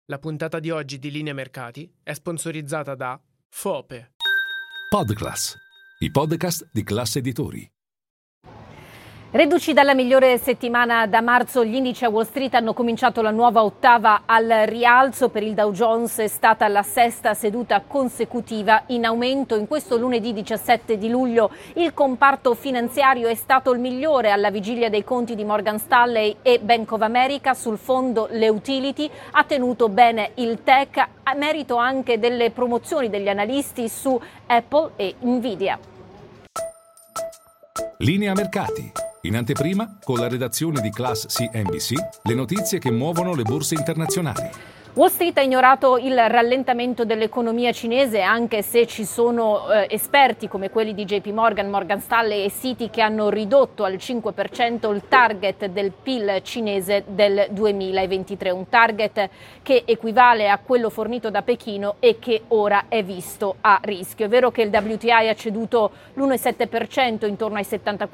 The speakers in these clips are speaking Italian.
La puntata di oggi di Linea Mercati è sponsorizzata da Fope. Podclass, i podcast di Class Editori. Reduci dalla migliore settimana da marzo, gli indici a Wall Street hanno cominciato la nuova ottava al rialzo. Per il Dow Jones è stata la sesta seduta consecutiva in aumento. In questo lunedì 17 di luglio il comparto finanziario è stato il migliore alla vigilia dei conti di Morgan Stanley e Bank of America. Sul fondo le utility, ha tenuto bene il tech, a merito anche delle promozioni degli analisti su Apple e Nvidia. Linea Mercati. In anteprima, con la redazione di Class CNBC, le notizie che muovono le borse internazionali. Wall Street ha ignorato il rallentamento dell'economia cinese, anche se ci sono esperti come quelli di JP Morgan, Morgan Stanley e Citi che hanno ridotto al 5% il target del PIL cinese del 2023, un target che equivale a quello fornito da Pechino e che ora è visto a rischio. È vero che il WTI ha ceduto l'1,7%, intorno ai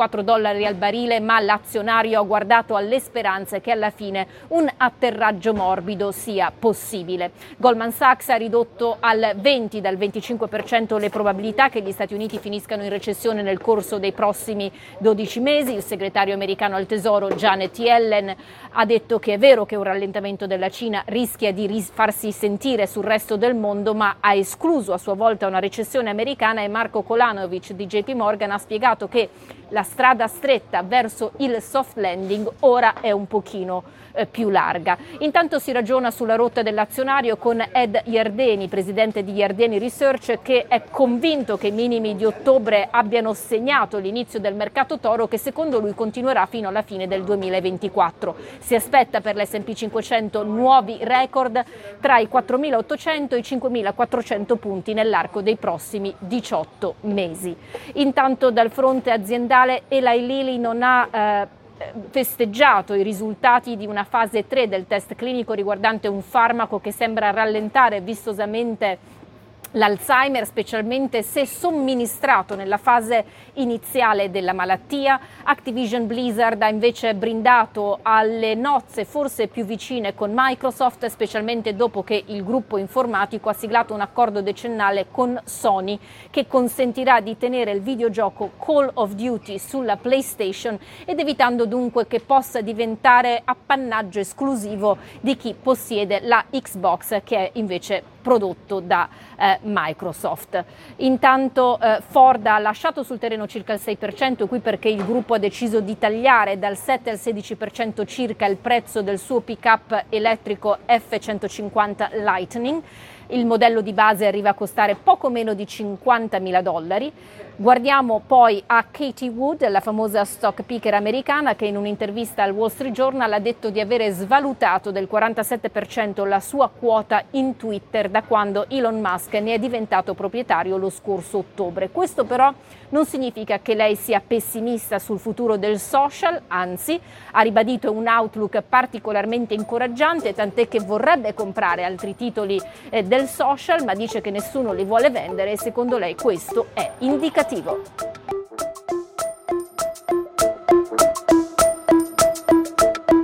$74 al barile, ma l'azionario ha guardato alle speranze che alla fine un atterraggio morbido sia possibile. Goldman Sachs ha ridotto al 20 dal 25% le probabilità che gli Stati Uniti finiscano in recessione nel corso dei prossimi 12 mesi. Il segretario americano al Tesoro Janet Yellen ha detto che è vero che un rallentamento della Cina rischia di farsi sentire sul resto del mondo, ma ha escluso a sua volta una recessione americana, e Marco Kolanovic di JP Morgan ha spiegato che la strada stretta verso il soft landing ora è un pochino più larga. Intanto si ragiona sulla rotta dell'azionario con Ed Yardeni, presidente di Yardeni Research, che è convinto che i minimi di ottobre abbiano segnato l'inizio del mercato toro, che secondo lui continuerà fino alla fine del 2024. Si aspetta per l'S&P 500 nuovi record tra i 4.800 e i 5.400 punti nell'arco dei prossimi 18 mesi. Intanto dal fronte aziendale Eli Lilly non ha festeggiato i risultati di una fase 3 del test clinico riguardante un farmaco che sembra rallentare vistosamente l'Alzheimer, specialmente se somministrato nella fase iniziale della malattia. Activision Blizzard ha invece brindato alle nozze forse più vicine con Microsoft, specialmente dopo che il gruppo informatico ha siglato un accordo decennale con Sony che consentirà di tenere il videogioco Call of Duty sulla PlayStation, ed evitando dunque che possa diventare appannaggio esclusivo di chi possiede la Xbox, che è invece prodotto da Microsoft. Intanto Ford ha lasciato sul terreno circa il 6%, qui perché il gruppo ha deciso di tagliare dal 7 al 16% circa il prezzo del suo pick-up elettrico F-150 Lightning. Il modello di base arriva a costare poco meno di $50.000. Guardiamo poi a Katie Wood, la famosa stock picker americana, che in un'intervista al Wall Street Journal ha detto di avere svalutato del 47% la sua quota in Twitter da quando Elon Musk ne è diventato proprietario lo scorso ottobre. Questo però non significa che lei sia pessimista sul futuro del social, anzi ha ribadito un outlook particolarmente incoraggiante, tant'è che vorrebbe comprare altri titoli del social, ma dice che nessuno li vuole vendere e secondo lei questo è indicativo.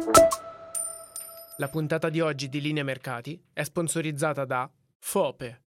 La puntata di oggi di Linea Mercati è sponsorizzata da Fope.